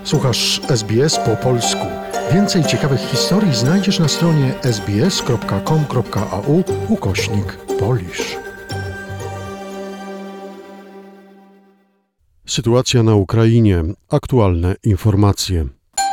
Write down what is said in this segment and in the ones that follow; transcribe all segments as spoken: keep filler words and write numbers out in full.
Słuchasz S B S po polsku. Więcej ciekawych historii znajdziesz na stronie sbs.com.au ukośnik Polish. Sytuacja na Ukrainie. Aktualne informacje.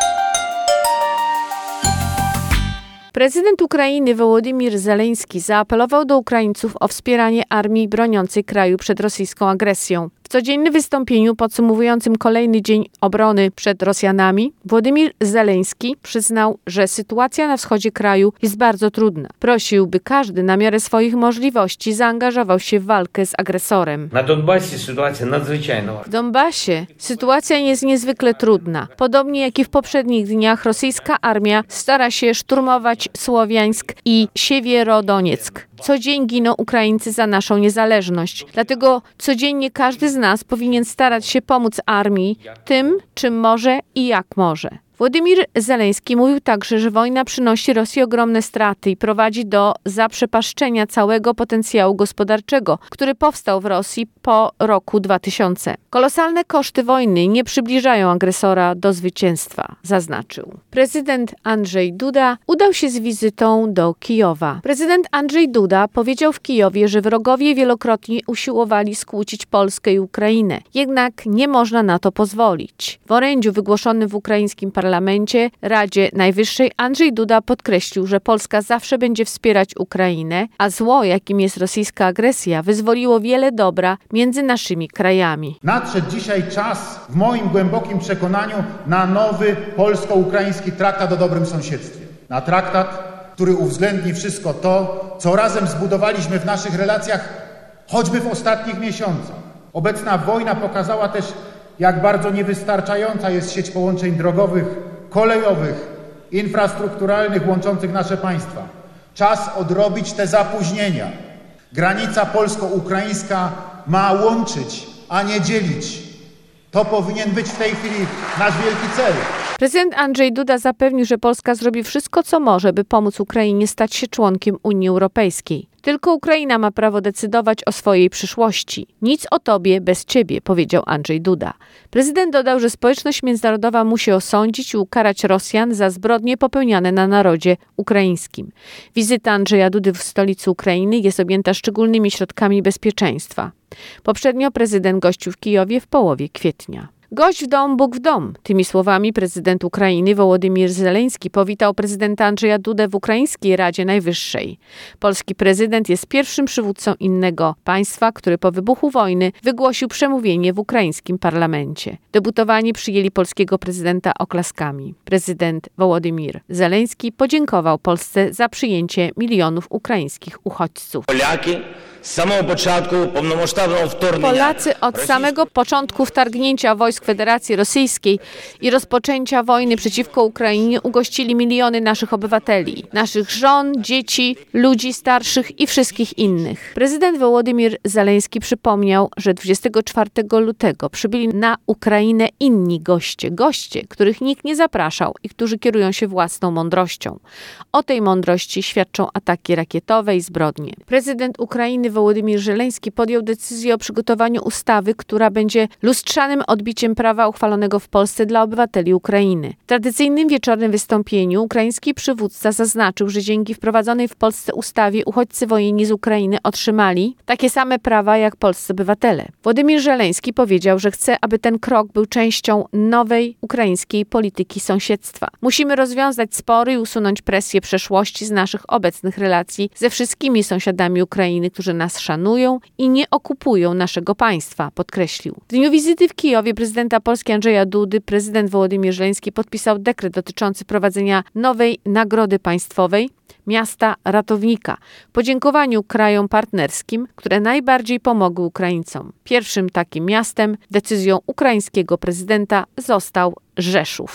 Prezydent Ukrainy Wołodymyr Zełenski zaapelował do Ukraińców o wspieranie armii broniącej kraju przed rosyjską agresją. W codziennym wystąpieniu podsumowującym kolejny dzień obrony przed Rosjanami, Wołodymyr Zełenski przyznał, że sytuacja na wschodzie kraju jest bardzo trudna. Prosił, by każdy na miarę swoich możliwości zaangażował się w walkę z agresorem. Na Donbasie sytuacja nadzwyczajna. W Donbasie sytuacja jest niezwykle trudna. Podobnie jak i w poprzednich dniach rosyjska armia stara się szturmować Słowiańsk i Siewierodonieck. Co dzień giną Ukraińcy za naszą niezależność. Dlatego codziennie każdy z nas powinien starać się pomóc armii tym, czym może i jak może. Wołodymyr Zełenski mówił także, że wojna przynosi Rosji ogromne straty i prowadzi do zaprzepaszczenia całego potencjału gospodarczego, który powstał w Rosji po roku dwa tysiące. Kolosalne koszty wojny nie przybliżają agresora do zwycięstwa, zaznaczył. Prezydent Andrzej Duda udał się z wizytą do Kijowa. Prezydent Andrzej Duda powiedział w Kijowie, że wrogowie wielokrotnie usiłowali skłócić Polskę i Ukrainę. Jednak nie można na to pozwolić. W orędziu wygłoszonym w ukraińskim parlamencie parlamencie Radzie Najwyższej Andrzej Duda podkreślił, że Polska zawsze będzie wspierać Ukrainę, a zło, jakim jest rosyjska agresja, wyzwoliło wiele dobra między naszymi krajami. Nadszedł dzisiaj czas, w moim głębokim przekonaniu, na nowy polsko-ukraiński traktat o dobrym sąsiedztwie. Na traktat, który uwzględni wszystko to, co razem zbudowaliśmy w naszych relacjach, choćby w ostatnich miesiącach. Obecna wojna pokazała też, jak bardzo niewystarczająca jest sieć połączeń drogowych, kolejowych, infrastrukturalnych łączących nasze państwa. Czas odrobić te zapóźnienia. Granica polsko-ukraińska ma łączyć, a nie dzielić. To powinien być w tej chwili nasz wielki cel. Prezydent Andrzej Duda zapewnił, że Polska zrobi wszystko, co może, by pomóc Ukrainie stać się członkiem Unii Europejskiej. Tylko Ukraina ma prawo decydować o swojej przyszłości. Nic o tobie bez ciebie, powiedział Andrzej Duda. Prezydent dodał, że społeczność międzynarodowa musi osądzić i ukarać Rosjan za zbrodnie popełniane na narodzie ukraińskim. Wizyta Andrzeja Dudy w stolicy Ukrainy jest objęta szczególnymi środkami bezpieczeństwa. Poprzednio prezydent gościł w Kijowie w połowie kwietnia. Gość w dom, Bóg w dom. Tymi słowami prezydent Ukrainy Wołodymyr Zełenski powitał prezydenta Andrzeja Dudę w Ukraińskiej Radzie Najwyższej. Polski prezydent jest pierwszym przywódcą innego państwa, który po wybuchu wojny wygłosił przemówienie w ukraińskim parlamencie. Deputowani przyjęli polskiego prezydenta oklaskami. Prezydent Wołodymyr Zełenski podziękował Polsce za przyjęcie milionów ukraińskich uchodźców. Polaki z samego początku pełnomasztabnego wtorgnięcia. Polacy od samego początku wtargnięcia wojsk Federacji Rosyjskiej i rozpoczęcia wojny przeciwko Ukrainie ugościli miliony naszych obywateli, naszych żon, dzieci, ludzi starszych i wszystkich innych. Prezydent Wołodymyr Zełenski przypomniał, że dwudziestego czwartego lutego przybyli na Ukrainę inni goście, goście, których nikt nie zapraszał i którzy kierują się własną mądrością. O tej mądrości świadczą ataki rakietowe i zbrodnie. Prezydent Ukrainy Wołodymyr Zełenski podjął decyzję o przygotowaniu ustawy, która będzie lustrzanym odbiciem prawa uchwalonego w Polsce dla obywateli Ukrainy. W tradycyjnym wieczornym wystąpieniu ukraiński przywódca zaznaczył, że dzięki wprowadzonej w Polsce ustawie uchodźcy wojenni z Ukrainy otrzymali takie same prawa jak polscy obywatele. Wołodymyr Zełenski powiedział, że chce, aby ten krok był częścią nowej ukraińskiej polityki sąsiedztwa. Musimy rozwiązać spory i usunąć presję przeszłości z naszych obecnych relacji ze wszystkimi sąsiadami Ukrainy, którzy nas szanują i nie okupują naszego państwa, podkreślił. W dniu wizyty w Kijowie prezydenta Polski Andrzeja Dudy prezydent Wołodymyr Zełenski podpisał dekret dotyczący prowadzenia nowej nagrody państwowej Miasta Ratownika w podziękowaniu krajom partnerskim, które najbardziej pomogły Ukraińcom. Pierwszym takim miastem decyzją ukraińskiego prezydenta został Rzeszów.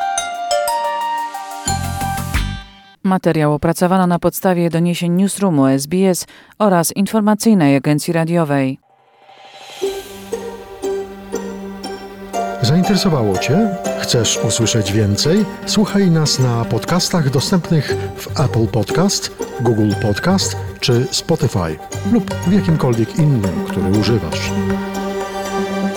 Materiał opracowano na podstawie doniesień Newsroomu S B S oraz informacyjnej agencji radiowej. Zainteresowało Cię? Chcesz usłyszeć więcej? Słuchaj nas na podcastach dostępnych w Apple Podcast, Google Podcast czy Spotify lub w jakimkolwiek innym, który używasz.